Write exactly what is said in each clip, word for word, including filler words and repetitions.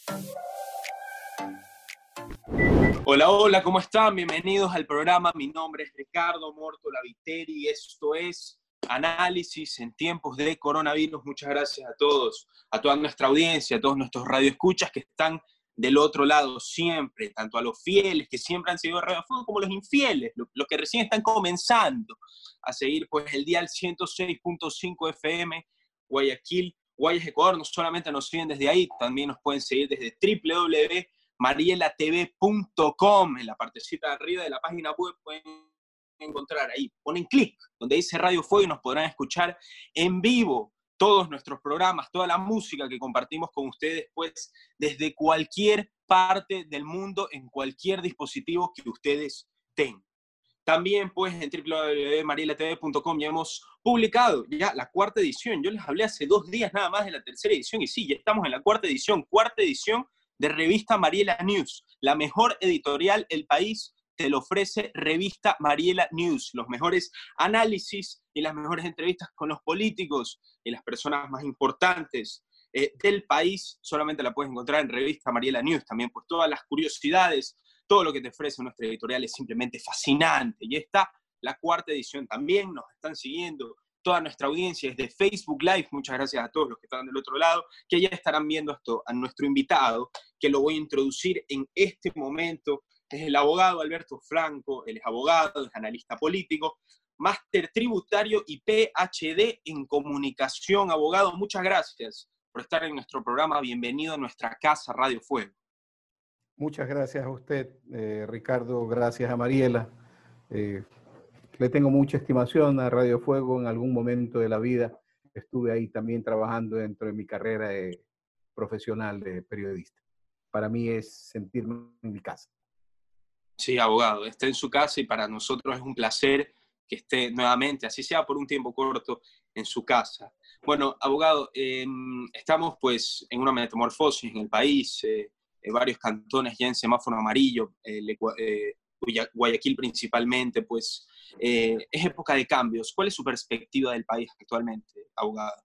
Hola, hola, ¿cómo están? Bienvenidos al programa. Mi nombre es Ricardo Mortola Viteri. Esto es Análisis en tiempos de coronavirus. Muchas gracias a todos, a toda nuestra audiencia, a todos nuestros radioescuchas que están del otro lado siempre, tanto a los fieles que siempre han seguido Radio Fuego como los infieles, los, los que recién están comenzando a seguir pues el dial ciento seis punto cinco F M, Guayaquil, Guayas, Ecuador. No solamente nos siguen desde ahí, también nos pueden seguir desde doble u doble u doble u punto mariela t v punto com. En la partecita de arriba de la página web pueden encontrar ahí, ponen clic donde dice Radio Fuego y nos podrán escuchar en vivo todos nuestros programas, toda la música que compartimos con ustedes, pues desde cualquier parte del mundo, en cualquier dispositivo que ustedes tengan. También pues en doble u doble u doble u punto mariela t v punto com ya hemos publicado ya la cuarta edición. Yo les hablé hace dos días nada más de la tercera edición y sí, ya estamos en la cuarta edición, cuarta edición de Revista Mariela News, la mejor editorial del país. Te lo ofrece Revista Mariela News, los mejores análisis y las mejores entrevistas con los políticos y las personas más importantes eh, del país. Solamente la puedes encontrar en Revista Mariela News. También pues todas las curiosidades, todo lo que te ofrece nuestra editorial es simplemente fascinante. Y está la cuarta edición también, nos están siguiendo toda nuestra audiencia desde Facebook Live. Muchas gracias a todos los que están del otro lado, que ya estarán viendo esto, a nuestro invitado, que lo voy a introducir en este momento. Es el abogado Alberto Franco. Él es abogado, es analista político, máster tributario y P H D en comunicación. Abogado, muchas gracias por estar en nuestro programa. Bienvenido a nuestra casa Radio Fuego. Muchas gracias a usted, eh, Ricardo. Gracias a Mariela. Eh, le tengo mucha estimación a Radio Fuego. En algún momento de la vida estuve ahí también trabajando dentro de mi carrera eh, profesional de periodista. Para mí es sentirme en mi casa. Sí, abogado, está en su casa y para nosotros es un placer que esté nuevamente, así sea por un tiempo corto, en su casa. Bueno, abogado, eh, estamos pues en una metamorfosis en el país, eh, eh, varios cantones ya en semáforo amarillo, eh, eh, Guayaquil principalmente, pues eh, es época de cambios. ¿Cuál es su perspectiva del país actualmente, abogado?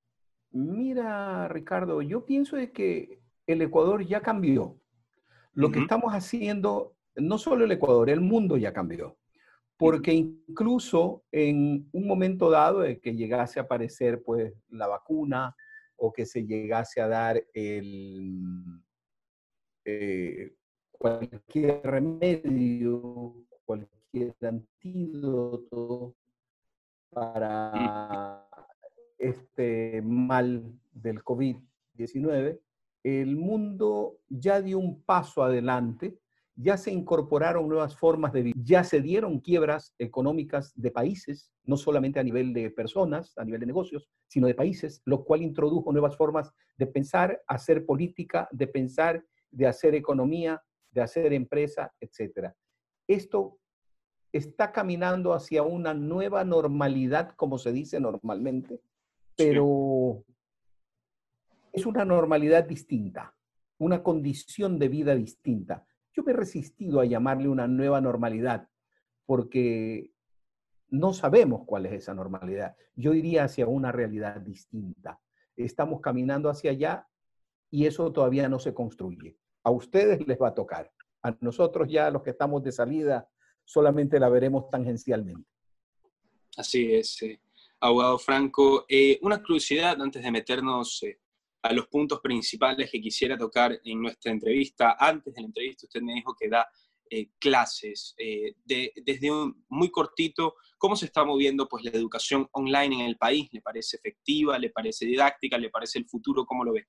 Mira, Ricardo, yo pienso de que el Ecuador ya cambió. Lo uh-huh. que estamos haciendo, no solo el Ecuador, el mundo ya cambió. Porque incluso en un momento dado de que llegase a aparecer pues, la vacuna o que se llegase a dar el, eh, cualquier remedio, cualquier antídoto para este mal del COVID diecinueve, el mundo ya dio un paso adelante. Ya se incorporaron nuevas formas de vida, ya se dieron quiebras económicas de países, no solamente a nivel de personas, a nivel de negocios, sino de países, lo cual introdujo nuevas formas de pensar, hacer política, de pensar, de hacer economía, de hacer empresa, etcétera. Esto está caminando hacia una nueva normalidad, como se dice normalmente, pero sí. Es una normalidad distinta, una condición de vida distinta. Yo me he resistido a llamarle una nueva normalidad porque no sabemos cuál es esa normalidad. Yo iría hacia una realidad distinta. Estamos caminando hacia allá y eso todavía no se construye. A ustedes les va a tocar. A nosotros ya, los que estamos de salida, solamente la veremos tangencialmente. Así es, eh, abogado Franco. Eh, una curiosidad antes de meternos eh, a los puntos principales que quisiera tocar en nuestra entrevista. Antes de la entrevista usted me dijo que da eh, clases. Eh, de, desde un muy cortito, ¿cómo se está moviendo pues, la educación online en el país? ¿Le parece efectiva? ¿Le parece didáctica? ¿Le parece el futuro? ¿Cómo lo ve?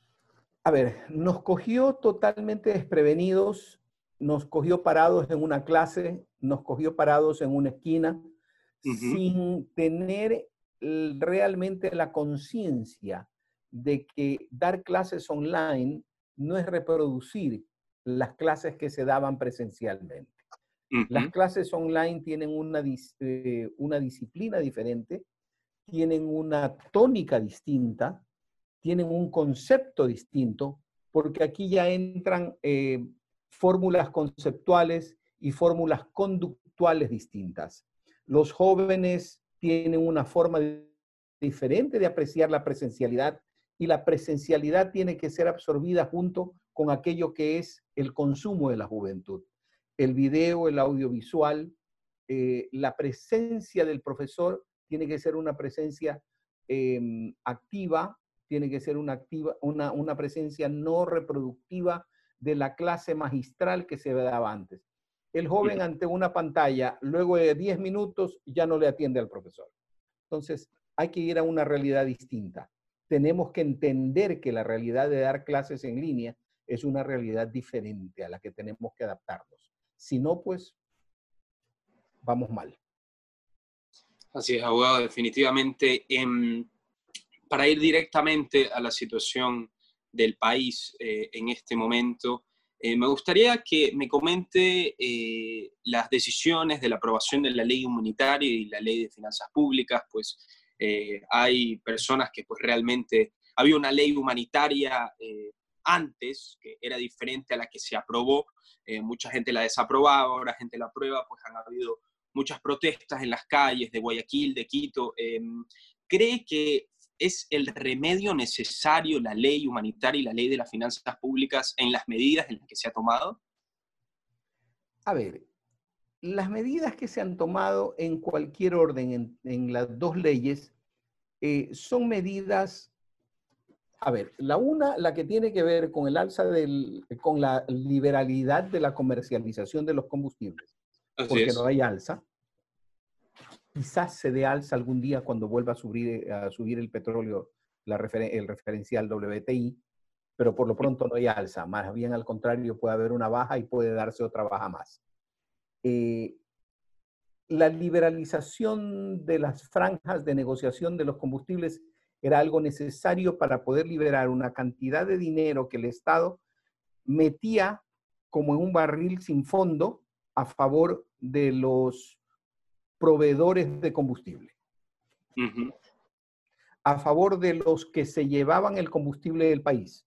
A ver, nos cogió totalmente desprevenidos, nos cogió parados en una clase, nos cogió parados en una esquina, uh-huh. sin tener realmente la conciencia de que dar clases online no es reproducir las clases que se daban presencialmente. Uh-huh. Las clases online tienen una, eh, una disciplina diferente, tienen una tónica distinta, tienen un concepto distinto, porque aquí ya entran eh, fórmulas conceptuales y fórmulas conductuales distintas. Los jóvenes tienen una forma diferente de apreciar la presencialidad y la presencialidad tiene que ser absorbida junto con aquello que es el consumo de la juventud. El video, el audiovisual, eh, la presencia del profesor tiene que ser una presencia eh, activa, tiene que ser una, activa, una, una presencia no reproductiva de la clase magistral que se daba antes. El joven ante una pantalla, luego de diez minutos, ya no le atiende al profesor. Entonces, hay que ir a una realidad distinta. Tenemos que entender que la realidad de dar clases en línea es una realidad diferente a la que tenemos que adaptarnos. Si no, pues, vamos mal. Así es, abogado, definitivamente. Eh, para ir directamente a la situación del país eh, en este momento, eh, me gustaría que me comente eh, las decisiones de la aprobación de la ley humanitaria y la ley de finanzas públicas, pues eh, hay personas que pues realmente, había una ley humanitaria eh, antes, que era diferente a la que se aprobó, eh, mucha gente la desaprobaba, ahora gente la aprueba, pues han habido muchas protestas en las calles de Guayaquil, de Quito. Eh, ¿Cree que es el remedio necesario la ley humanitaria y la ley de las finanzas públicas en las medidas en las que se ha tomado? A ver, las medidas que se han tomado en cualquier orden, en, en las dos leyes, eh, son medidas, a ver, la una, la que tiene que ver con el alza del, con la liberalidad de la comercialización de los combustibles, Así porque no es. hay alza. Quizás se dé alza algún día cuando vuelva a subir, a subir el petróleo, la refer el referencial W T I, pero por lo pronto no hay alza. Más bien al contrario, puede haber una baja y puede darse otra baja más. Eh, la liberalización de las franjas de negociación de los combustibles era algo necesario para poder liberar una cantidad de dinero que el Estado metía como en un barril sin fondo a favor de los proveedores de combustible. Uh-huh. A favor de los que se llevaban el combustible del país,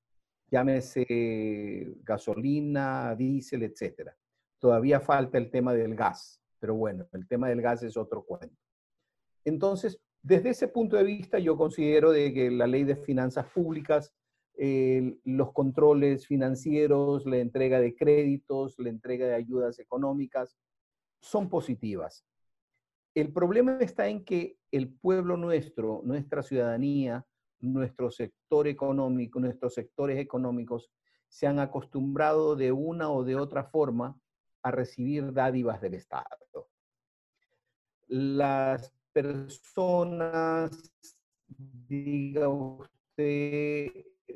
llámese gasolina, diésel, etcétera. Todavía falta el tema del gas, pero bueno, el tema del gas es otro cuento. Entonces, desde ese punto de vista, yo considero de que la ley de finanzas públicas, eh, los controles financieros, la entrega de créditos, la entrega de ayudas económicas, son positivas. El problema está en que el pueblo nuestro, nuestra ciudadanía, nuestro sector económico, nuestros sectores económicos, se han acostumbrado de una o de otra forma a recibir dádivas del Estado. Las personas, diga usted,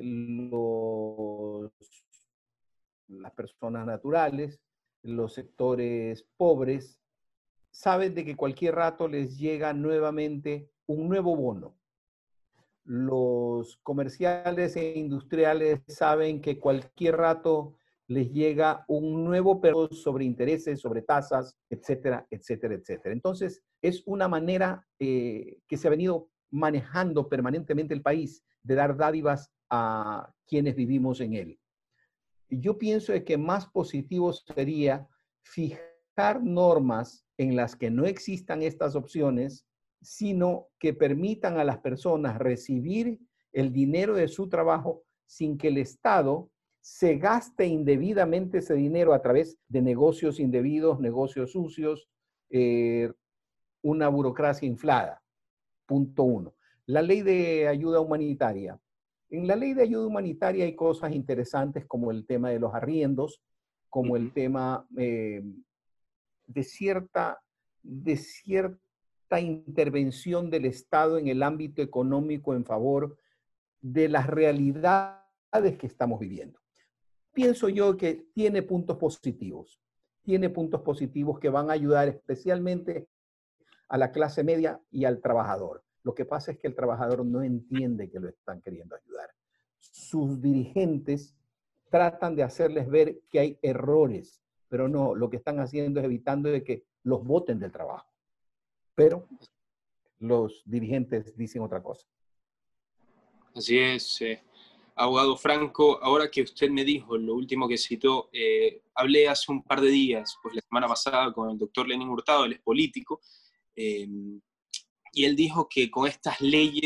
los, las personas naturales, los sectores pobres, saben de que cualquier rato les llega nuevamente un nuevo bono. Los comerciales e industriales saben que cualquier rato les llega un nuevo periodo sobre intereses, sobre tasas, etcétera, etcétera, etcétera. Entonces, es una manera eh, que se ha venido manejando permanentemente el país de dar dádivas a quienes vivimos en él. Y yo pienso de que más positivo sería fijar normas en las que no existan estas opciones, sino que permitan a las personas recibir el dinero de su trabajo sin que el Estado se gaste indebidamente ese dinero a través de negocios indebidos, negocios sucios, eh, una burocracia inflada. Punto uno. La ley de ayuda humanitaria. En la ley de ayuda humanitaria hay cosas interesantes como el tema de los arriendos, como el tema eh, de, cierta, de cierta intervención del Estado en el ámbito económico en favor de las realidades que estamos viviendo. Pienso yo que tiene puntos positivos, tiene puntos positivos que van a ayudar especialmente a la clase media y al trabajador. Lo que pasa es que el trabajador no entiende que lo están queriendo ayudar. Sus dirigentes tratan de hacerles ver que hay errores, pero no, lo que están haciendo es evitando de que los boten del trabajo. Pero los dirigentes dicen otra cosa. Así es, eh, abogado Franco, ahora que usted me dijo, lo último que citó, eh, hablé hace un par de días, pues la semana pasada, con el doctor Lenín Hurtado, él es político, eh, y él dijo que con estas leyes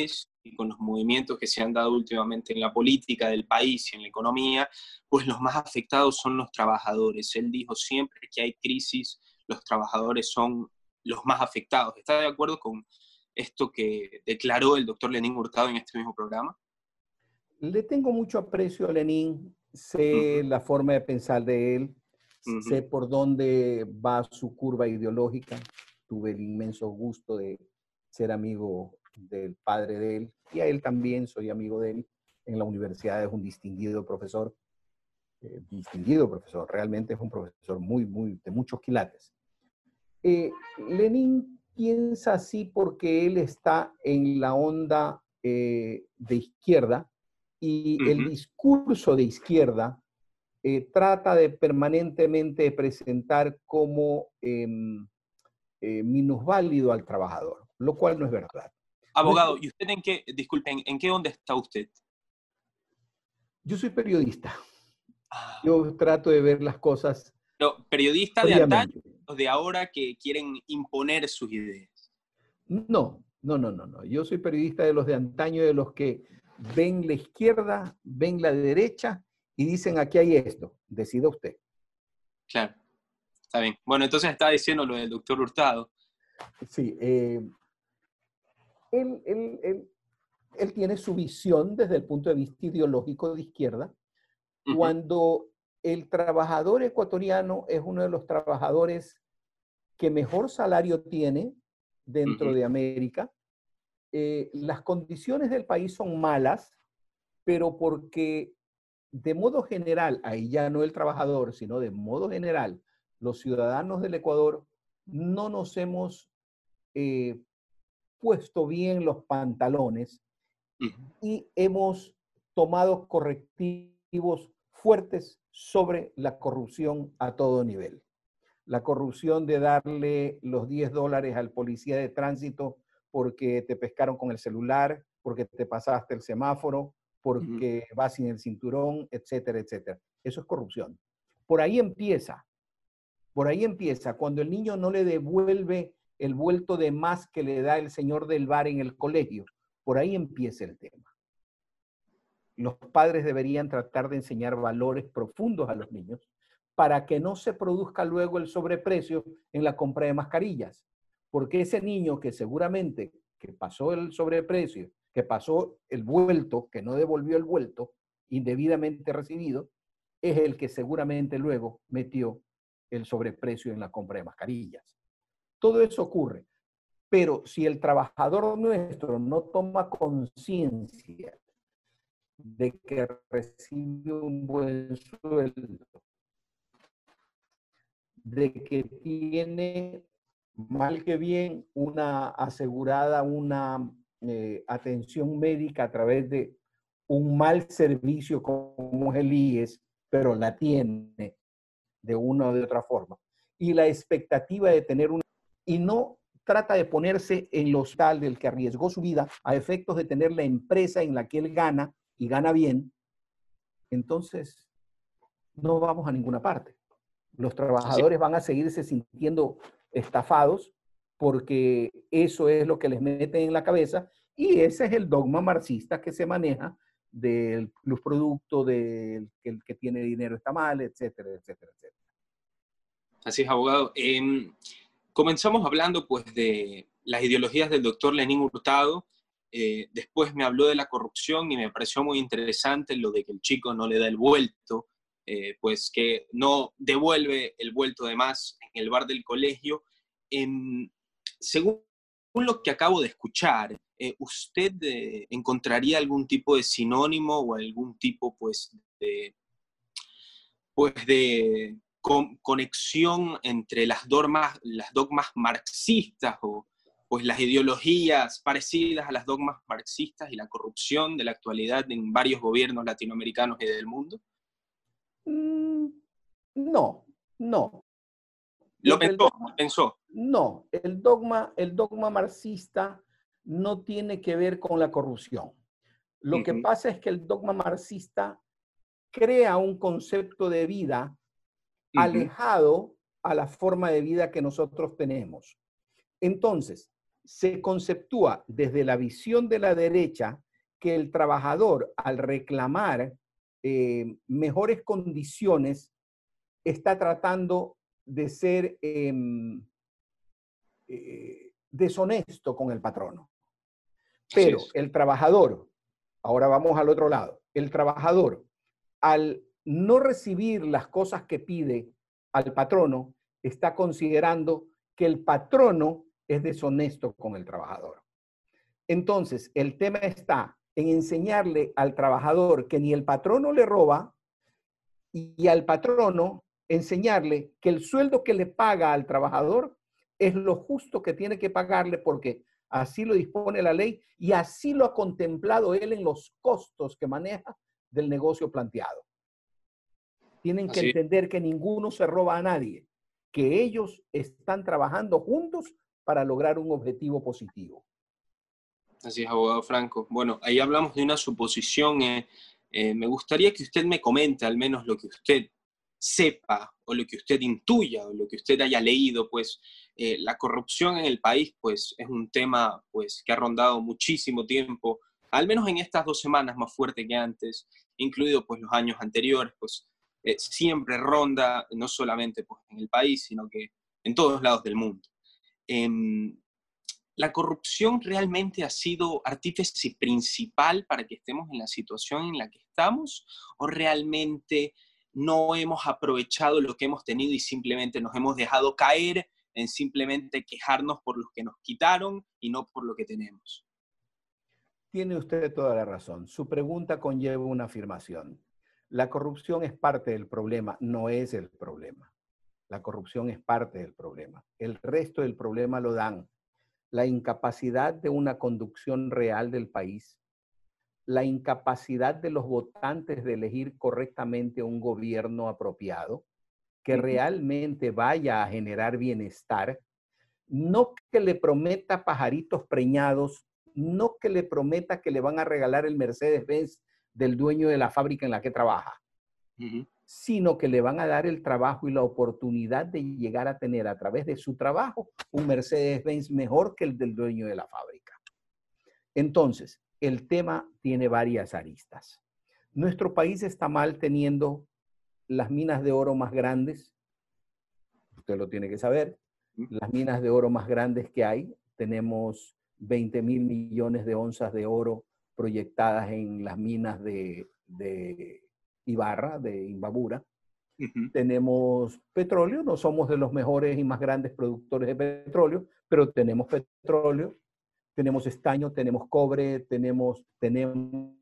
y con los movimientos que se han dado últimamente en la política del país y en la economía, pues los más afectados son los trabajadores. Él dijo siempre que hay crisis, los trabajadores son los más afectados. ¿Está de acuerdo con esto que declaró el doctor Lenín Hurtado en este mismo programa? Le tengo mucho aprecio a Lenín, sé Uh-huh. la forma de pensar de él, Uh-huh. sé por dónde va su curva ideológica. Tuve el inmenso gusto de ser amigo del padre de él, y a él también soy amigo de él. En la universidad es un distinguido profesor, eh, distinguido profesor, realmente es un profesor muy, muy, de muchos quilates. Eh, Lenin piensa así porque él está en la onda eh, de izquierda, y el Uh-huh. discurso de izquierda eh, trata de permanentemente presentar como eh, eh, minusválido al trabajador, lo cual no es verdad. Abogado, ¿y usted en qué, disculpen, en qué onda está usted? Yo soy periodista. Ah. Yo trato de ver las cosas Pero, ¿periodista de antaño o de ahora que quieren imponer sus ideas? No, no, no, no, no. Yo soy periodista de los de antaño, de los que ven la izquierda, ven la derecha y dicen aquí hay esto, decida usted. Claro, está bien. Bueno, entonces está diciendo lo del doctor Hurtado. Sí, eh, él, él, él, él tiene su visión desde el punto de vista ideológico de izquierda, Uh-huh. cuando el trabajador ecuatoriano es uno de los trabajadores que mejor salario tiene dentro Uh-huh. de América. Eh, las condiciones del país son malas, pero porque de modo general, ahí ya no el trabajador, sino de modo general, los ciudadanos del Ecuador no nos hemos eh, puesto bien los pantalones Uh-huh. y hemos tomado correctivos fuertes sobre la corrupción a todo nivel. La corrupción de darle los diez dólares al policía de tránsito porque te pescaron con el celular, porque te pasaste el semáforo, porque uh-huh. vas sin el cinturón, etcétera, etcétera. Eso es corrupción. Por ahí empieza, por ahí empieza, cuando el niño no le devuelve el vuelto de más que le da el señor del bar en el colegio, por ahí empieza el tema. Los padres deberían tratar de enseñar valores profundos a los niños para que no se produzca luego el sobreprecio en la compra de mascarillas. Porque ese niño que seguramente que pasó el sobreprecio, que pasó el vuelto, que no devolvió el vuelto indebidamente recibido, es el que seguramente luego metió el sobreprecio en la compra de mascarillas. Todo eso ocurre. Pero si el trabajador nuestro no toma conciencia de que recibe un buen sueldo, de que tiene mal que bien una asegurada, una eh, atención médica a través de un mal servicio como es el I E S, pero la tiene de una o de otra forma. Y la expectativa de tener una... Y no trata de ponerse en los tal del que arriesgó su vida a efectos de tener la empresa en la que él gana y gana bien, entonces no vamos a ninguna parte. Los trabajadores van a seguirse sintiendo estafados porque eso es lo que les meten en la cabeza, y ese es el dogma marxista que se maneja del plus producto, del que el que tiene dinero está mal, etcétera, etcétera, etcétera. Así es, abogado. Eh, comenzamos hablando pues de las ideologías del doctor Lenín Hurtado. Eh, después me habló de la corrupción y me pareció muy interesante lo de que el chico no le da el vuelto, eh, pues que no devuelve el vuelto de más en el bar del colegio. Eh, según lo que acabo de escuchar, eh, ¿usted eh, encontraría algún tipo de sinónimo o algún tipo pues de, pues de con, conexión entre las dogmas, las dogmas marxistas o pues las ideologías parecidas a las dogmas marxistas y la corrupción de la actualidad en varios gobiernos latinoamericanos y del mundo? Mm, no, no. Lo Porque el pensó, dogma, pensó. no, el dogma, el dogma marxista no tiene que ver con la corrupción. Lo uh-huh. que pasa es que el dogma marxista crea un concepto de vida uh-huh. alejado a la forma de vida que nosotros tenemos. Entonces, se conceptúa desde la visión de la derecha que el trabajador, al reclamar eh, mejores condiciones, está tratando de ser eh, eh, deshonesto con el patrono. Pero el trabajador, ahora vamos al otro lado, el trabajador, al no recibir las cosas que pide al patrono, está considerando que el patrono es deshonesto con el trabajador. Entonces, el tema está en enseñarle al trabajador que ni el patrono le roba y al patrono enseñarle que el sueldo que le paga al trabajador es lo justo que tiene que pagarle porque así lo dispone la ley y así lo ha contemplado él en los costos que maneja del negocio planteado. Tienen que Así. entender que ninguno se roba a nadie, que ellos están trabajando juntos para lograr un objetivo positivo. Así es, abogado Franco. Bueno, ahí hablamos de una suposición. Eh, eh, me gustaría que usted me comente al menos lo que usted sepa o lo que usted intuya o lo que usted haya leído, pues eh, la corrupción en el país pues es un tema pues que ha rondado muchísimo tiempo, al menos en estas dos semanas más fuerte que antes, incluido pues los años anteriores, pues eh, siempre ronda, no solamente pues en el país, sino que en todos lados del mundo. Eh, ¿La corrupción realmente ha sido artífice principal para que estemos en la situación en la que estamos? ¿O realmente no hemos aprovechado lo que hemos tenido y simplemente nos hemos dejado caer en simplemente quejarnos por los que nos quitaron y no por lo que tenemos? Tiene usted toda la razón. Su pregunta conlleva una afirmación. La corrupción es parte del problema, no es el problema. La corrupción es parte del problema. El resto del problema lo dan la incapacidad de una conducción real del país, la incapacidad de los votantes de elegir correctamente un gobierno apropiado, que realmente vaya a generar bienestar, no que le prometa pajaritos preñados, no que le prometa que le van a regalar el Mercedes-Benz del dueño de la fábrica en la que trabaja, uh-huh. sino que le van a dar el trabajo y la oportunidad de llegar a tener a través de su trabajo un Mercedes-Benz mejor que el del dueño de la fábrica. Entonces, el tema tiene varias aristas. Nuestro país está mal teniendo las minas de oro más grandes, usted lo tiene que saber, las minas de oro más grandes que hay, tenemos veinte mil millones de onzas de oro proyectadas en las minas de, de Ibarra, de Imbabura. Uh-huh. Tenemos petróleo, no somos de los mejores y más grandes productores de petróleo, pero tenemos petróleo, tenemos estaño, tenemos cobre, tenemos, tenemos,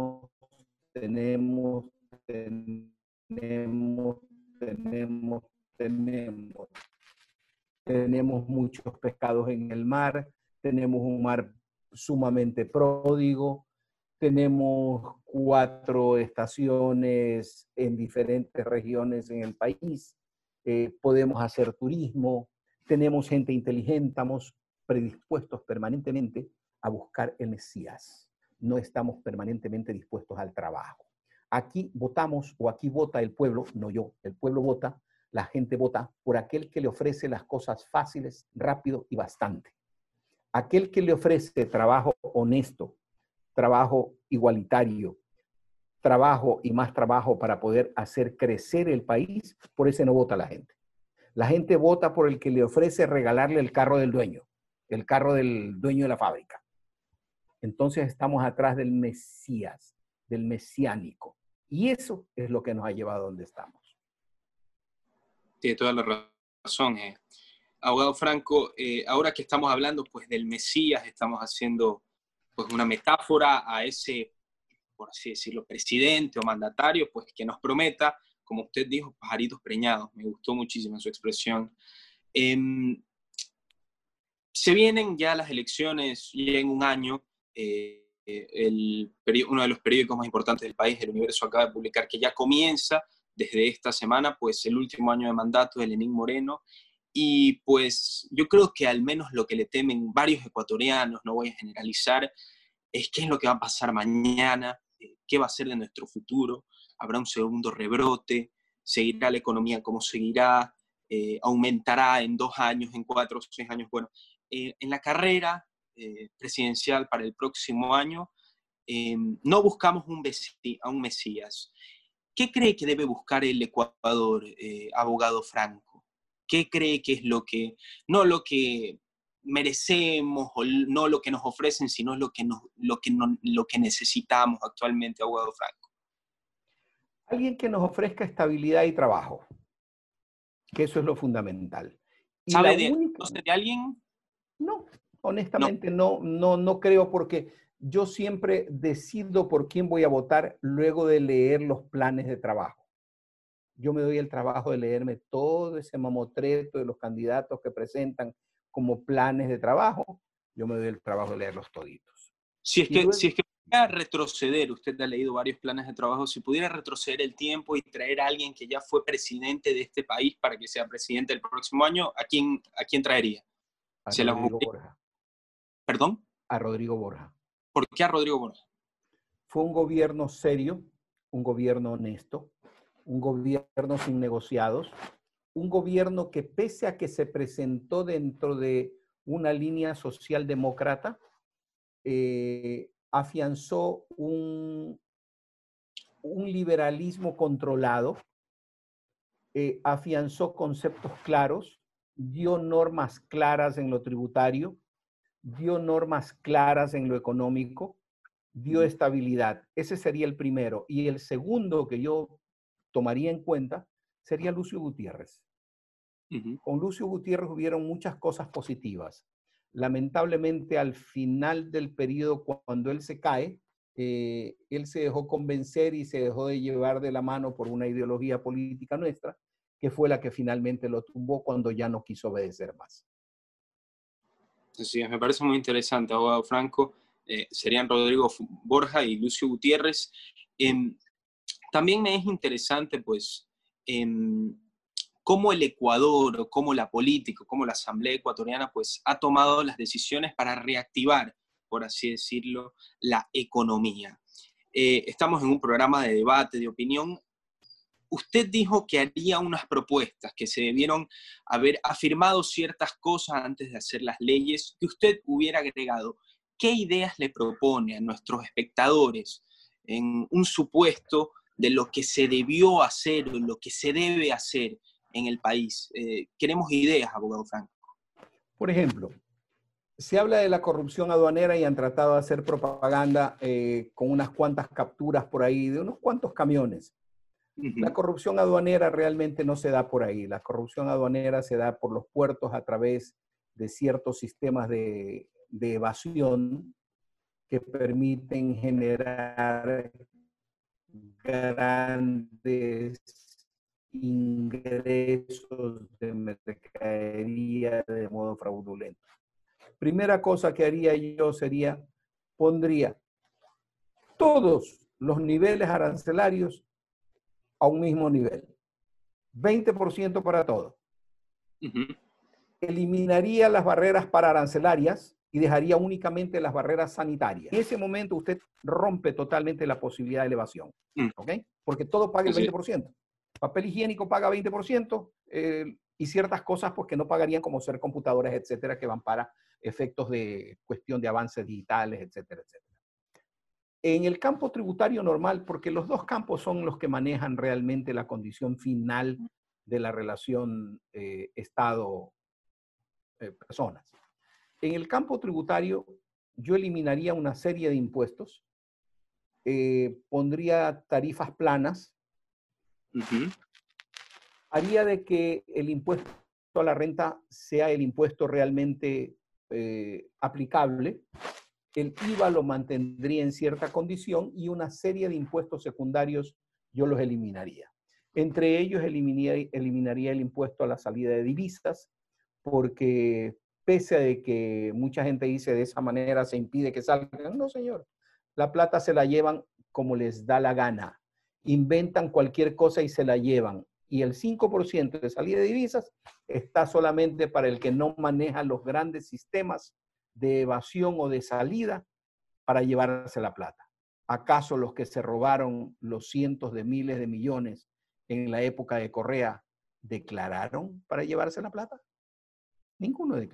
tenemos, tenemos, tenemos, tenemos, tenemos muchos pescados en el mar, tenemos un mar sumamente pródigo, tenemos cuatro estaciones en diferentes regiones en el país, eh, podemos hacer turismo, tenemos gente inteligente, estamos predispuestos permanentemente a buscar el Mesías. No estamos permanentemente dispuestos al trabajo. Aquí votamos o aquí vota el pueblo, no yo, el pueblo vota, la gente vota por aquel que le ofrece las cosas fáciles, rápido y bastante. Aquel que le ofrece trabajo honesto, trabajo igualitario, trabajo y más trabajo para poder hacer crecer el país, por ese no vota la gente. La gente vota por el que le ofrece regalarle el carro del dueño, el carro del dueño de la fábrica. Entonces estamos atrás del Mesías, del mesiánico. Y eso es lo que nos ha llevado a donde estamos. Tiene toda la razón. Eh. Abogado Franco, eh, ahora que estamos hablando pues, del Mesías, estamos haciendo pues, una metáfora a ese, por así decirlo, presidente o mandatario, pues que nos prometa, como usted dijo, pajaritos preñados. Me gustó muchísimo su expresión. Eh, se vienen ya las elecciones, ya en un año. Eh, el, uno de los periódicos más importantes del país, El Universo, acaba de publicar que ya comienza desde esta semana pues, el último año de mandato de Lenín Moreno. Y pues yo creo que al menos lo que le temen varios ecuatorianos, no voy a generalizar, es qué es lo que va a pasar mañana, qué va a ser de nuestro futuro, habrá un segundo rebrote, seguirá la economía como seguirá, eh, aumentará en dos años, en cuatro o seis años. Bueno, eh, en la carrera eh, presidencial para el próximo año, eh, no buscamos un a un Mesías. ¿Qué cree que debe buscar el Ecuador, eh, abogado Franco? ¿Qué cree que es lo que, no lo que merecemos o no lo que nos ofrecen, sino lo que, nos, lo que, no, lo que necesitamos actualmente, abogado Franco? Alguien que nos ofrezca estabilidad y trabajo, que eso es lo fundamental. Y la ¿Sabe de, única... de alguien? No, No. honestamente no, no, no creo, porque yo siempre decido por quién voy a votar luego de leer los planes de trabajo. Yo me doy el trabajo de leerme todo ese mamotreto de los candidatos que presentan como planes de trabajo. Yo me doy el trabajo de leerlos toditos. Si es Y que, luego, si es que pudiera retroceder, usted ha leído varios planes de trabajo, si pudiera retroceder el tiempo y traer a alguien que ya fue presidente de este país para que sea presidente el próximo año, ¿a quién, a quién traería? a ¿Se la Rodrigo buscaría? Borja. ¿Perdón? A Rodrigo Borja. ¿Por qué a Rodrigo Borja? Fue un gobierno serio, un gobierno honesto, un gobierno sin negociados, un gobierno que, pese a que se presentó dentro de una línea socialdemócrata, eh, afianzó un, un liberalismo controlado, eh, afianzó conceptos claros, dio normas claras en lo tributario, dio normas claras en lo económico, dio estabilidad. Ese sería el primero. Y el segundo que yo tomaría en cuenta sería Lucio Gutiérrez. Uh-huh. Con Lucio Gutiérrez hubieron muchas cosas positivas. Lamentablemente, al final del periodo, cuando él se cae, eh, él se dejó convencer y se dejó de llevar de la mano por una ideología política nuestra, que fue la que finalmente lo tumbó cuando ya no quiso obedecer más. Sí, me parece muy interesante, abogado Franco. Eh, serían Rodrigo Borja y Lucio Gutiérrez. Eh, también me es interesante, pues, eh, cómo el Ecuador, cómo la política, cómo la Asamblea Ecuatoriana, pues, ha tomado las decisiones para reactivar, por así decirlo, la economía. Eh, estamos en un programa de debate, de opinión. Usted dijo que haría unas propuestas, que se debieron haber afirmado ciertas cosas antes de hacer las leyes, que usted hubiera agregado. ¿Qué ideas le propone a nuestros espectadores en un supuesto de lo que se debió hacer o lo que se debe hacer en el país? Eh, queremos ideas, abogado Franco. Por ejemplo, se habla de la corrupción aduanera y han tratado de hacer propaganda eh, con unas cuantas capturas por ahí de unos cuantos camiones. Uh-huh. La corrupción aduanera realmente no se da por ahí. La corrupción aduanera se da por los puertos a través de ciertos sistemas de, de evasión que permiten generar grandes ingresos de mercadería de modo fraudulento. Primera cosa que haría yo sería, pondría todos los niveles arancelarios a un mismo nivel. veinte por ciento para todo. Uh-huh. Eliminaría las barreras para arancelarias y dejaría únicamente las barreras sanitarias. En ese momento usted rompe totalmente la posibilidad de elevación, ¿ok? Porque todo paga el veinte por ciento. Papel higiénico paga veinte por ciento eh, y ciertas cosas pues, que no pagarían, como ser computadoras, etcétera, que van para efectos de cuestión de avances digitales, etcétera, etcétera. En el campo tributario normal, porque los dos campos son los que manejan realmente la condición final de la relación eh, Estado-personas. Eh, en el campo tributario, yo eliminaría una serie de impuestos, eh, pondría tarifas planas, uh-huh. haría de que el impuesto a la renta sea el impuesto realmente eh, aplicable, el I V A lo mantendría en cierta condición y una serie de impuestos secundarios yo los eliminaría. Entre ellos eliminaría, eliminaría el impuesto a la salida de divisas, porque pese a de que mucha gente dice de esa manera se impide que salgan, no señor, la plata se la llevan como les da la gana, inventan cualquier cosa y se la llevan. Y el cinco por ciento de salida de divisas está solamente para el que no maneja los grandes sistemas de evasión o de salida para llevarse la plata. ¿Acaso los que se robaron los cientos de miles de millones en la época de Correa declararon para llevarse la plata? Ninguno declaró.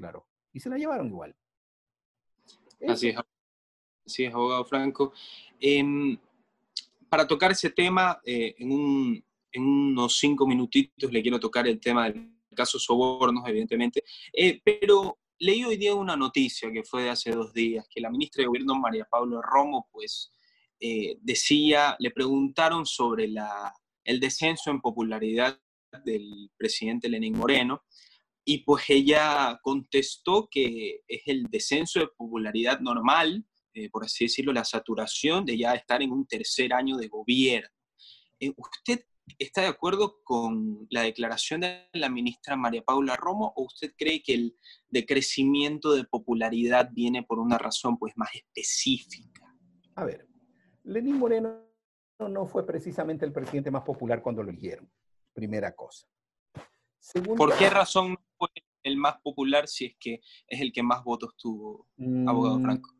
y se la llevaron igual. Así es, así es, abogado Franco. Eh, para tocar ese tema, eh, en, un, en unos cinco minutitos le quiero tocar el tema del caso Sobornos, evidentemente, eh, pero leí hoy día una noticia que fue de hace dos días, que la ministra de Gobierno, María Paula Romo, pues eh, decía, le preguntaron sobre la, el descenso en popularidad del presidente Lenín Moreno, y pues ella contestó que es el descenso de popularidad normal, eh, por así decirlo, la saturación de ya estar en un tercer año de gobierno. Eh, ¿Usted está de acuerdo con la declaración de la ministra María Paula Romo o usted cree que el decrecimiento de popularidad viene por una razón pues más específica? A ver, Lenín Moreno no fue precisamente el presidente más popular cuando lo eligieron, primera cosa. Segunda, ¿por qué razón no fue el más popular si es que es el que más votos tuvo, abogado Franco?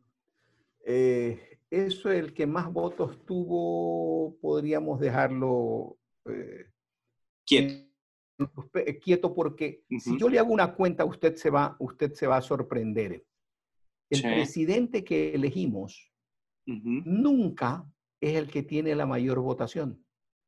Eh, eso, el que más votos tuvo, podríamos dejarlo eh, quieto. Eh, quieto porque uh-huh. Si yo le hago una cuenta, usted se va, usted se va a sorprender. El sí. presidente que elegimos uh-huh. nunca es el que tiene la mayor votación.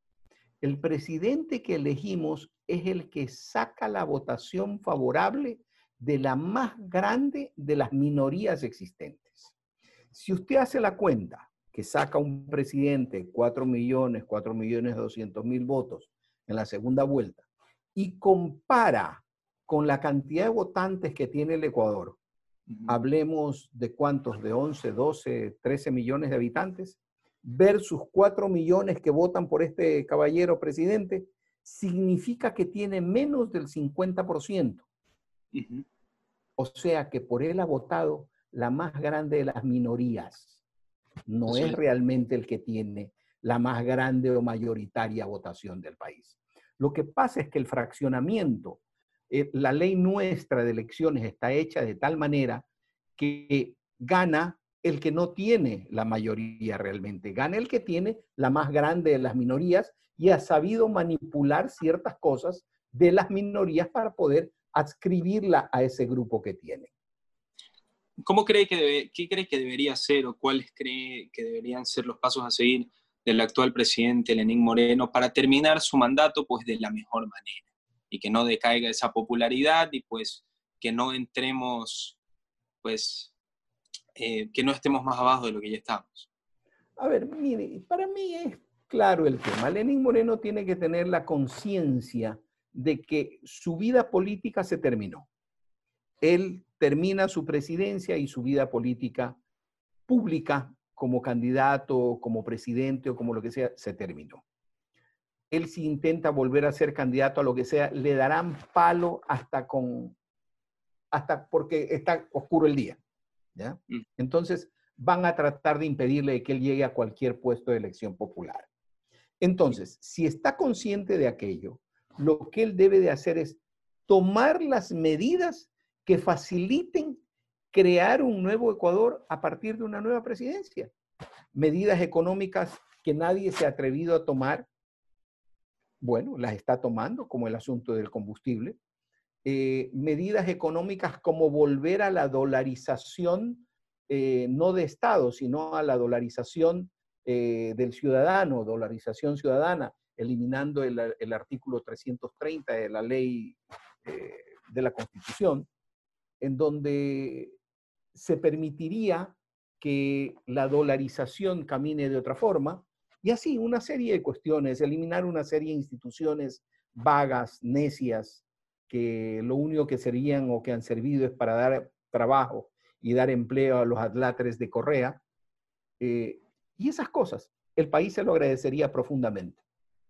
El presidente que elegimos es el que saca la votación favorable de la más grande de las minorías existentes. Si usted hace la cuenta que saca un presidente cuatro millones, cuatro millones doscientos mil votos en la segunda vuelta y compara con la cantidad de votantes que tiene el Ecuador, uh-huh. hablemos de cuántos, de once, doce, trece millones de habitantes, versus cuatro millones que votan por este caballero presidente, significa que tiene menos del cincuenta por ciento. Uh-huh. O sea que por él ha votado la más grande de las minorías. No sí. es realmente el que tiene la más grande o mayoritaria votación del país. Lo que pasa es que el fraccionamiento, eh, la ley nuestra de elecciones está hecha de tal manera que gana el que no tiene la mayoría realmente, gana el que tiene la más grande de las minorías y ha sabido manipular ciertas cosas de las minorías para poder adscribirla a ese grupo que tiene. ¿Cómo cree que debe, qué cree que debería ser o cuáles cree que deberían ser los pasos a seguir del actual presidente Lenín Moreno para terminar su mandato pues de la mejor manera y que no decaiga esa popularidad y pues que no entremos pues eh, que no estemos más abajo de lo que ya estamos? A ver, mire, para mí es claro el tema. Lenín Moreno tiene que tener la conciencia de que su vida política se terminó. Él termina su presidencia y su vida política pública como candidato, como presidente o como lo que sea, se terminó. Él si intenta volver a ser candidato a lo que sea, le darán palo hasta con, hasta porque está oscuro el día, ¿ya? Mm. Entonces van a tratar de impedirle que él llegue a cualquier puesto de elección popular. Entonces, si está consciente de aquello, lo que él debe de hacer es tomar las medidas que faciliten crear un nuevo Ecuador a partir de una nueva presidencia. Medidas económicas que nadie se ha atrevido a tomar, bueno, las está tomando, como el asunto del combustible. Eh, medidas económicas como volver a la dolarización, eh, no de Estado, sino a la dolarización eh, del ciudadano, dolarización ciudadana, eliminando el, el artículo trescientos treinta de la ley eh, de la Constitución, en donde se permitiría que la dolarización camine de otra forma, y así una serie de cuestiones, eliminar una serie de instituciones vagas, necias, que lo único que serían o que han servido es para dar trabajo y dar empleo a los atláteres de Correa, eh, y esas cosas, el país se lo agradecería profundamente.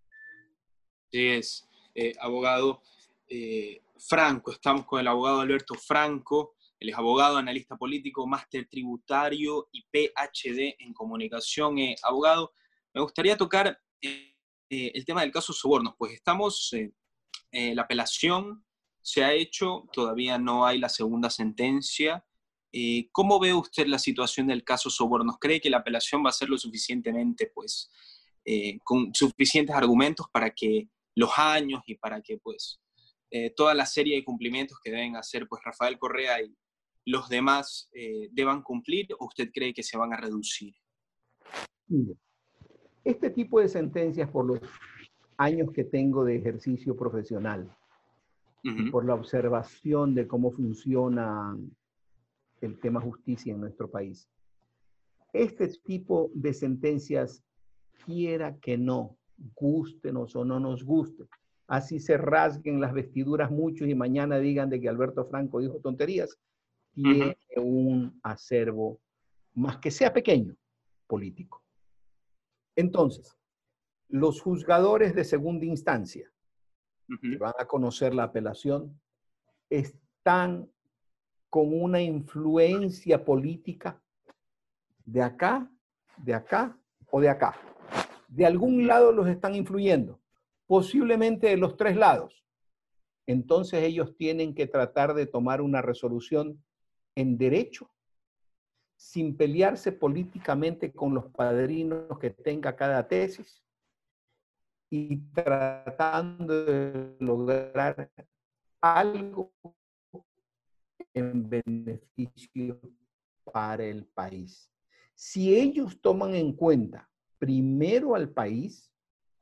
Sí es, eh, abogado eh, Franco, estamos con el abogado Alberto Franco. Él es abogado, analista político, máster tributario y P H D en comunicación. Eh, abogado, me gustaría tocar eh, eh, el tema del caso Sobornos, pues estamos, eh, eh, la apelación se ha hecho, todavía no hay la segunda sentencia. Eh, ¿Cómo ve usted la situación del caso Sobornos? ¿Cree que la apelación va a ser lo suficientemente, pues, eh, con suficientes argumentos para que los años y para que, pues, eh, toda la serie de cumplimientos que deben hacer, pues, Rafael Correa y los demás eh, deban cumplir, o usted cree que se van a reducir? Mire, este tipo de sentencias, por los años que tengo de ejercicio profesional y Uh-huh. por la observación de cómo funciona el tema justicia en nuestro país, este tipo de sentencias, quiera que no, gústenos o no nos guste, así se rasguen las vestiduras muchos y mañana digan de que Alberto Franco dijo tonterías, tiene Uh-huh. un acervo, más que sea pequeño, político. Entonces, los juzgadores de segunda instancia, que Uh-huh. van a conocer la apelación, están con una influencia política de acá, de acá o de acá. De algún lado los están influyendo, posiblemente de los tres lados. Entonces ellos tienen que tratar de tomar una resolución en derecho, sin pelearse políticamente con los padrinos que tenga cada tesis y tratando de lograr algo en beneficio para el país. Si ellos toman en cuenta primero al país,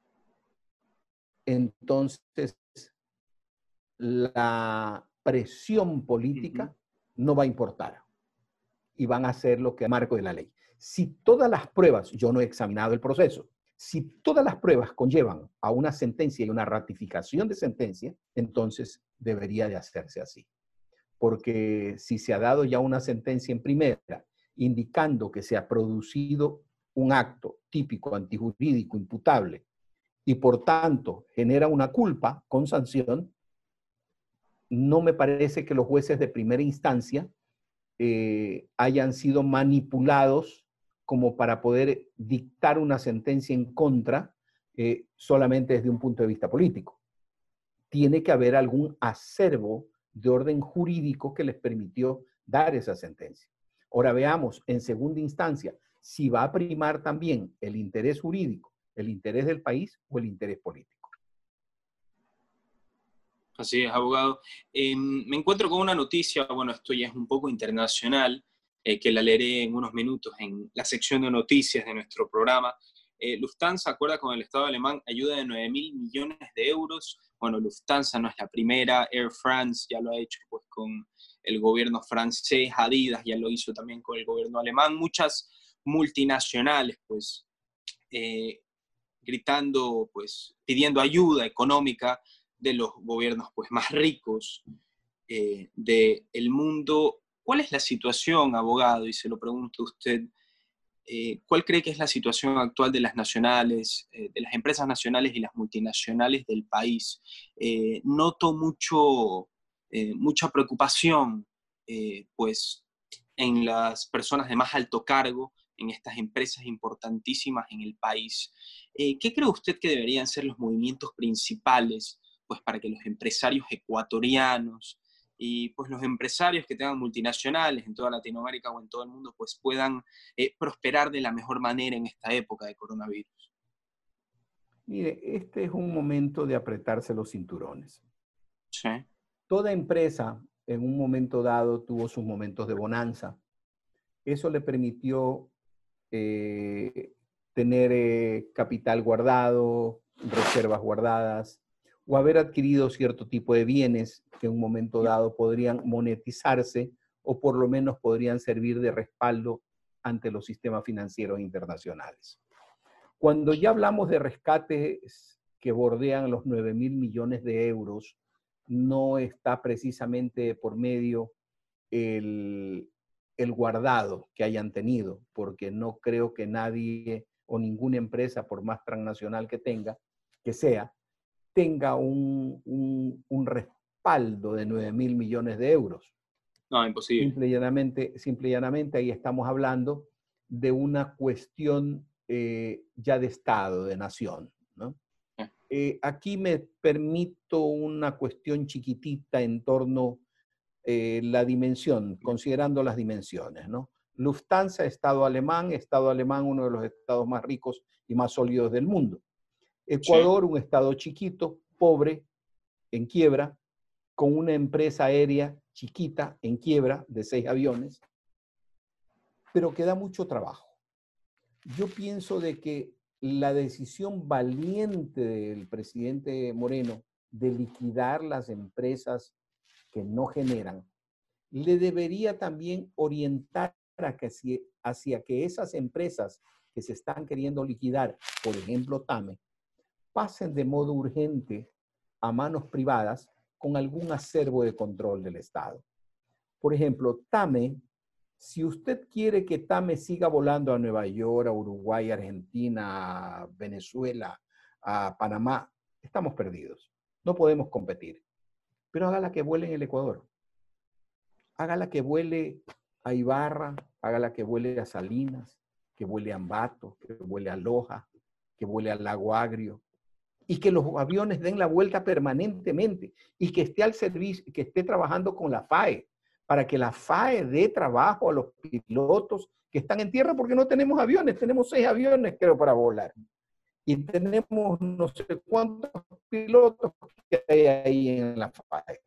entonces la presión política no va a importar y van a hacer lo que marco de la ley. Si todas las pruebas, yo no he examinado el proceso, si todas las pruebas conllevan a una sentencia y una ratificación de sentencia, entonces debería de hacerse así. Porque si se ha dado ya una sentencia en primera indicando que se ha producido un acto típico antijurídico imputable y por tanto genera una culpa con sanción, no me parece que los jueces de primera instancia eh, hayan sido manipulados como para poder dictar una sentencia en contra eh, solamente desde un punto de vista político. Tiene que haber algún acervo de orden jurídico que les permitió dar esa sentencia. Ahora veamos, en segunda instancia, si va a primar también el interés jurídico, el interés del país o el interés político. Así es, abogado. Eh, me encuentro con una noticia, bueno, esto ya es un poco internacional, eh, que la leeré en unos minutos en la sección de noticias de nuestro programa. Eh, Lufthansa acuerda con el Estado alemán ayuda de nueve mil millones de euros. Bueno, Lufthansa no es la primera, Air France ya lo ha hecho pues, con el gobierno francés, Adidas ya lo hizo también con el gobierno alemán, muchas multinacionales, pues, eh, gritando, pues, pidiendo ayuda económica de los gobiernos pues, más ricos eh, del mundo. ¿Cuál es la situación, abogado? Y se lo pregunto a usted, eh, ¿cuál cree que es la situación actual de las nacionales, eh, de las empresas nacionales y las multinacionales del país? Eh, noto mucho, eh, mucha preocupación eh, pues, en las personas de más alto cargo, en estas empresas importantísimas en el país. Eh, ¿Qué cree usted que deberían ser los movimientos principales pues, para que los empresarios ecuatorianos y pues, los empresarios que tengan multinacionales en toda Latinoamérica o en todo el mundo pues, puedan eh, prosperar de la mejor manera en esta época de coronavirus? Mire, este es un momento de apretarse los cinturones. Sí. Toda empresa en un momento dado tuvo sus momentos de bonanza. Eso le permitió eh, tener eh, capital guardado, reservas guardadas, o haber adquirido cierto tipo de bienes que en un momento dado podrían monetizarse o por lo menos podrían servir de respaldo ante los sistemas financieros internacionales. Cuando ya hablamos de rescates que bordean los nueve mil millones de euros, no está precisamente por medio el, el guardado que hayan tenido, porque no creo que nadie o ninguna empresa, por más transnacional que tenga, que sea, tenga un, un, un respaldo de nueve mil millones de euros. No, imposible. Simple y llanamente, simple y llanamente ahí estamos hablando de una cuestión eh, ya de Estado, de nación, ¿no? Eh. Eh, aquí me permito una cuestión chiquitita en torno eh, la dimensión, considerando las dimensiones, ¿no? Lufthansa, Estado alemán, Estado alemán, uno de los estados más ricos y más sólidos del mundo. Ecuador, sí, un estado chiquito, pobre, en quiebra, con una empresa aérea chiquita, en quiebra, de seis aviones, pero que da mucho trabajo. Yo pienso de que la decisión valiente del presidente Moreno de liquidar las empresas que no generan, le debería también orientar a que si, hacia que esas empresas que se están queriendo liquidar, por ejemplo TAME, pasen de modo urgente a manos privadas con algún acervo de control del Estado. Por ejemplo, TAME, si usted quiere que TAME siga volando a Nueva York, a Uruguay, a Argentina, a Venezuela, a Panamá, estamos perdidos. No podemos competir. Pero hágala que vuele en el Ecuador. Hágala que vuele a Ibarra, hágala que vuele a Salinas, que vuele a Ambato, que vuele a Loja, que vuele al Lago Agrio, y que los aviones den la vuelta permanentemente y que esté al servicio, que esté trabajando con la FAE, para que la FAE dé trabajo a los pilotos que están en tierra, porque no tenemos aviones, tenemos seis aviones, creo, para volar. Y tenemos no sé cuántos pilotos que hay ahí en la FAE.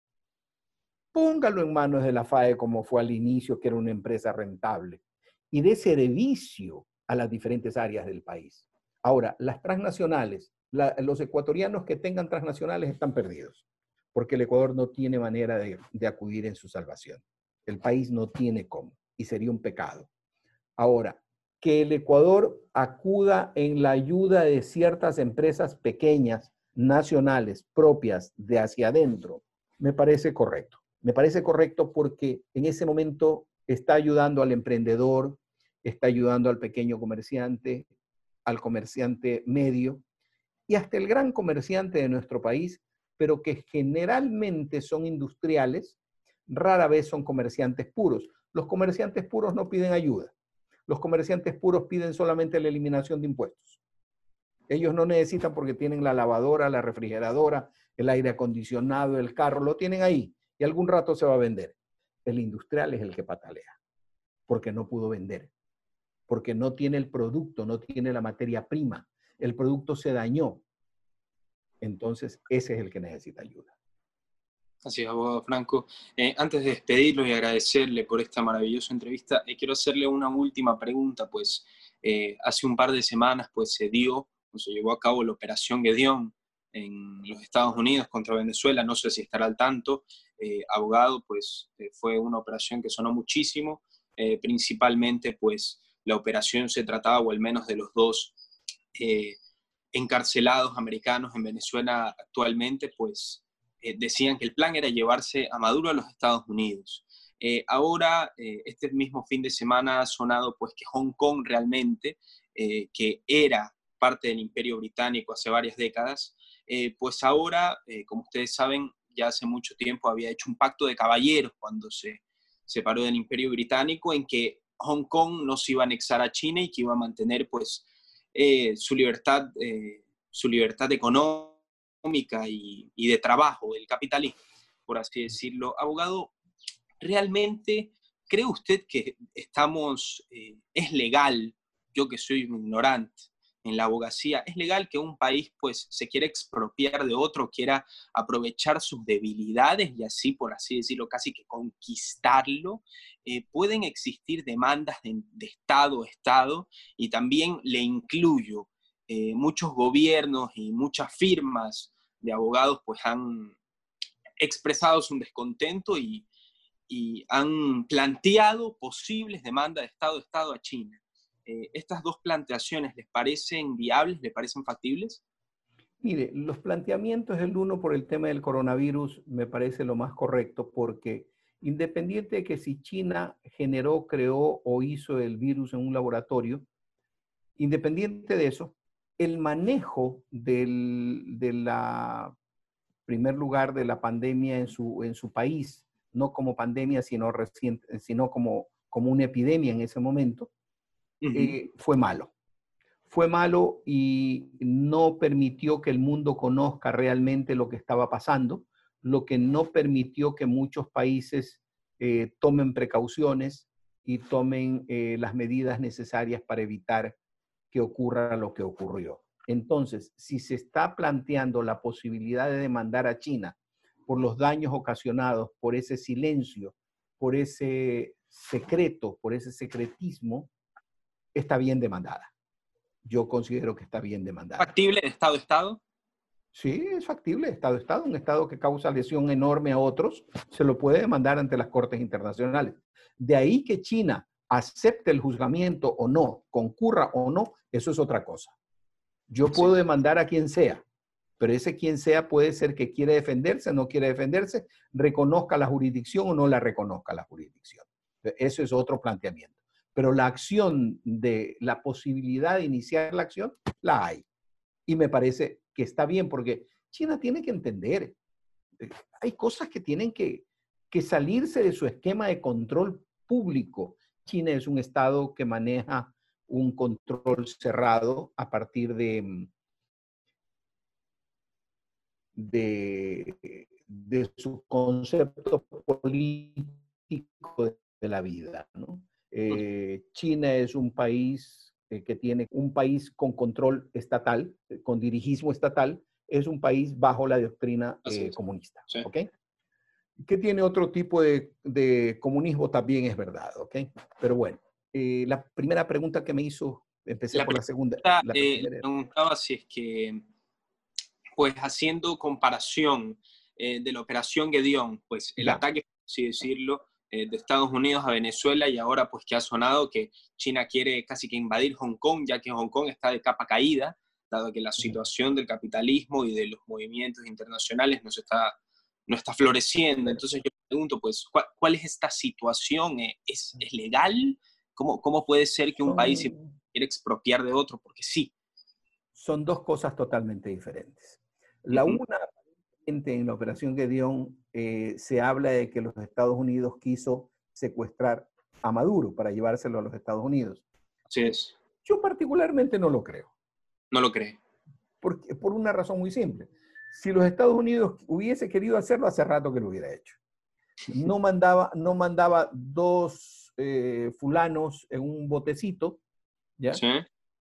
Póngalo en manos de la FAE como fue al inicio, que era una empresa rentable, y dé servicio a las diferentes áreas del país. Ahora, las transnacionales, la, los ecuatorianos que tengan transnacionales están perdidos, porque el Ecuador no tiene manera de, de acudir en su salvación. El país no tiene cómo, y sería un pecado. Ahora, que el Ecuador acuda en la ayuda de ciertas empresas pequeñas, nacionales, propias, de hacia adentro, me parece correcto. Me parece correcto porque en ese momento está ayudando al emprendedor, está ayudando al pequeño comerciante, al comerciante medio y hasta el gran comerciante de nuestro país, pero que generalmente son industriales, rara vez son comerciantes puros. Los comerciantes puros no piden ayuda. Los comerciantes puros piden solamente la eliminación de impuestos. Ellos no necesitan porque tienen la lavadora, la refrigeradora, el aire acondicionado, el carro, lo tienen ahí y algún rato se va a vender. El industrial es el que patalea porque no pudo vender, porque no tiene el producto, no tiene la materia prima. El producto se dañó. Entonces, ese es el que necesita ayuda. Así es, abogado Franco. Eh, antes de despedirlo y agradecerle por esta maravillosa entrevista, eh, quiero hacerle una última pregunta, pues eh, hace un par de semanas pues, se dio, o se llevó a cabo la operación Gedeón en los Estados Unidos contra Venezuela, no sé si estará al tanto, eh, abogado, pues eh, fue una operación que sonó muchísimo, eh, principalmente pues la operación se trataba, o al menos de los dos eh, encarcelados americanos en Venezuela actualmente, pues eh, decían que el plan era llevarse a Maduro a los Estados Unidos. Eh, ahora, eh, este mismo fin de semana ha sonado pues que Hong Kong realmente, eh, que era parte del Imperio Británico hace varias décadas, eh, pues ahora, eh, como ustedes saben, ya hace mucho tiempo había hecho un pacto de caballeros cuando se separó del Imperio Británico, en que Hong Kong no se iba a anexar a China y que iba a mantener pues eh, su libertad, eh, su libertad económica y, y de trabajo, del capitalismo, por así decirlo. Abogado, ¿realmente cree usted que estamos, eh, es legal, yo que soy un ignorante en la abogacía, es legal que un país pues se quiera expropiar de otro, quiera aprovechar sus debilidades y así, por así decirlo, casi que conquistarlo? Eh, pueden existir demandas de, de Estado a Estado, y también le incluyo, eh, muchos gobiernos y muchas firmas de abogados pues han expresado su descontento y, y han planteado posibles demandas de Estado a Estado a China. Eh, ¿Estas dos planteaciones les parecen viables, les parecen factibles? Mire, los planteamientos del uno por el tema del coronavirus me parece lo más correcto porque independiente de que si China generó, creó o hizo el virus en un laboratorio, independiente de eso, el manejo del, de la, primer lugar, de la pandemia en su, en su país, no como pandemia, sino, reciente, sino como, como una epidemia en ese momento, uh-huh. eh, fue malo. Fue malo y no permitió que el mundo conozca realmente lo que estaba pasando, lo que no permitió que muchos países eh, tomen precauciones y tomen eh, las medidas necesarias para evitar que ocurra lo que ocurrió. Entonces, si se está planteando la posibilidad de demandar a China por los daños ocasionados, por ese silencio, por ese secreto, por ese secretismo, está bien demandada. Yo considero que está bien demandada. ¿Factible de Estado a Estado? Sí, es factible, Estado a Estado. Un Estado que causa lesión enorme a otros, se lo puede demandar ante las cortes internacionales. De ahí que China acepte el juzgamiento o no, concurra o no, eso es otra cosa. Yo puedo Sí. demandar a quien sea, pero ese quien sea puede ser que quiere defenderse, no quiere defenderse, reconozca la jurisdicción o no la reconozca la jurisdicción. Eso es otro planteamiento. Pero la acción de la posibilidad de iniciar la acción, la hay. Y me parece que está bien porque China tiene que entender, hay cosas que tienen que, que salirse de su esquema de control público. China es un estado que maneja un control cerrado a partir de, de, de su concepto político de la vida, ¿no? Eh, China es un país eh, que tiene un país con control estatal, con dirigismo estatal, es un país bajo la doctrina eh, comunista, Sí. ¿ok? Que tiene otro tipo de, de comunismo también es verdad, ¿ok? Pero bueno, eh, la primera pregunta que me hizo, empecé La por la segunda. pregunta, La eh, primera. preguntaba si es que, pues haciendo comparación eh, de la operación Gedeón, pues el Ya. ataque, por así decirlo, eh, de Estados Unidos a Venezuela y ahora pues que ha sonado que China quiere casi que invadir Hong Kong, ya que Hong Kong está de capa caída, dado que la situación del capitalismo y de los movimientos internacionales no, se está, no está floreciendo. Entonces yo me pregunto, pues, ¿cuál, cuál es esta situación? ¿Es, es legal? ¿Cómo, ¿Cómo puede ser que un Son, país se quiera expropiar de otro? Porque sí. son dos cosas totalmente diferentes. La Uh-huh. una, en la operación Gedeón, eh, se habla de que los Estados Unidos quiso secuestrar a Maduro para llevárselo a los Estados Unidos. Así es. Yo particularmente no lo creo. No lo cree. Por, por una razón muy simple. Si los Estados Unidos hubiese querido hacerlo, hace rato que lo hubiera hecho. No mandaba, no mandaba dos eh, fulanos en un botecito, ¿ya? Sí.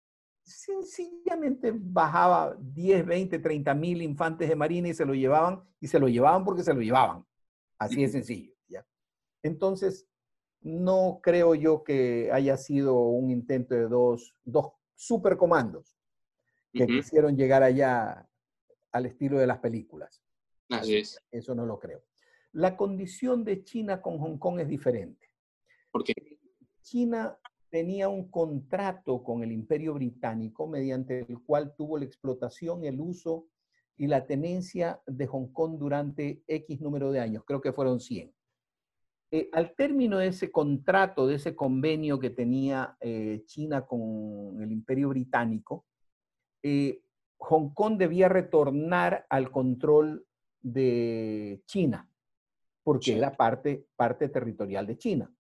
Sencillamente bajaba diez, veinte, treinta mil infantes de marina y se lo llevaban, y se lo llevaban porque se lo llevaban. Así de sencillo, ¿ya? Entonces, no creo yo que haya sido un intento de dos, dos supercomandos que Uh-huh. quisieron llegar allá al estilo de las películas. Así es. Eso no lo creo. La condición de China con Hong Kong es diferente. ¿Por qué? China tenía un contrato con el Imperio Británico mediante el cual tuvo la explotación, el uso y la tenencia de Hong Kong durante X número de años, creo que fueron cien. Eh, al término de ese contrato, de ese convenio que tenía eh, China con el Imperio Británico, eh, Hong Kong debía retornar al control de China, porque Sí. era parte, parte territorial de China.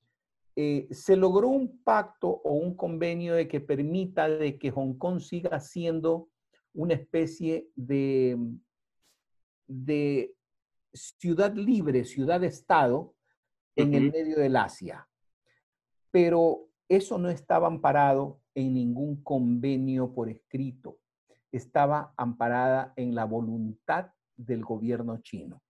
Eh, se logró un pacto o un convenio de que permita de que Hong Kong siga siendo una especie de, de ciudad libre, ciudad-estado en Uh-huh. el medio del Asia. Pero eso no estaba amparado en ningún convenio por escrito. Estaba amparada en la voluntad del gobierno chino.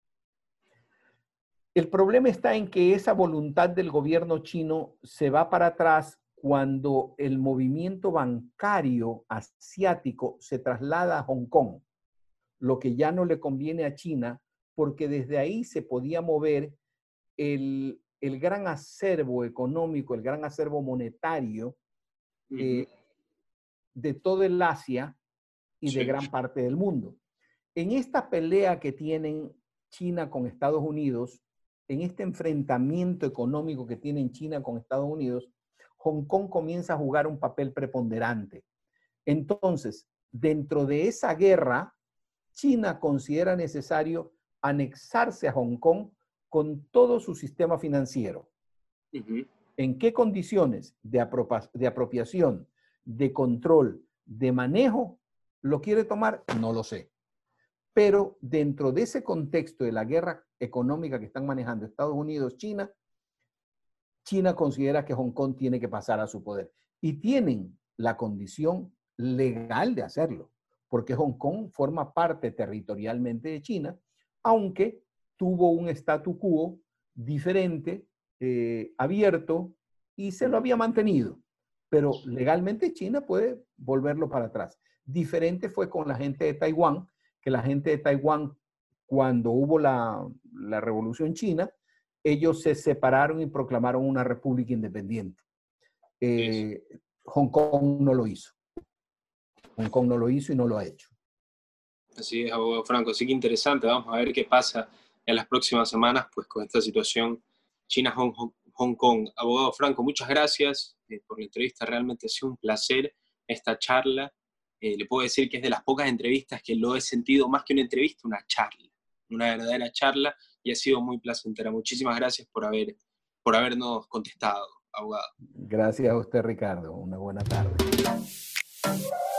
El problema está en que esa voluntad del gobierno chino se va para atrás cuando el movimiento bancario asiático se traslada a Hong Kong, lo que ya no le conviene a China, porque desde ahí se podía mover el, el gran acervo económico, el gran acervo monetario eh, Uh-huh. de todo el Asia y de Sí. gran parte del mundo. En esta pelea que tienen China con Estados Unidos, en este enfrentamiento económico que tienen China con Estados Unidos, Hong Kong comienza a jugar un papel preponderante. Entonces, dentro de esa guerra, China considera necesario anexarse a Hong Kong con todo su sistema financiero. Uh-huh. ¿En qué condiciones de, apropia de apropiación, de control, de manejo lo quiere tomar? No lo sé. Pero dentro de ese contexto de la guerra económica que están manejando Estados Unidos, China, China considera que Hong Kong tiene que pasar a su poder. Y tienen la condición legal de hacerlo, porque Hong Kong forma parte territorialmente de China, aunque tuvo un statu quo diferente, eh, abierto, y se lo había mantenido. Pero legalmente China puede volverlo para atrás. Diferente fue con la gente de Taiwán, que la gente de Taiwán, cuando hubo la, la Revolución China, ellos se separaron y proclamaron una república independiente. Eh, Hong Kong no lo hizo. Hong Kong no lo hizo y no lo ha hecho. Así es, abogado Franco. Así que interesante. Vamos a ver qué pasa en las próximas semanas pues, con esta situación China-Hong Hong Kong. Abogado Franco, muchas gracias eh, por la entrevista. Realmente ha sido un placer esta charla. Eh, le puedo decir que es de las pocas entrevistas que lo he sentido más que una entrevista, una charla. Una verdadera charla y ha sido muy placentera. Muchísimas gracias por, haber, por habernos contestado, abogado. Gracias a usted, Ricardo. Una buena tarde.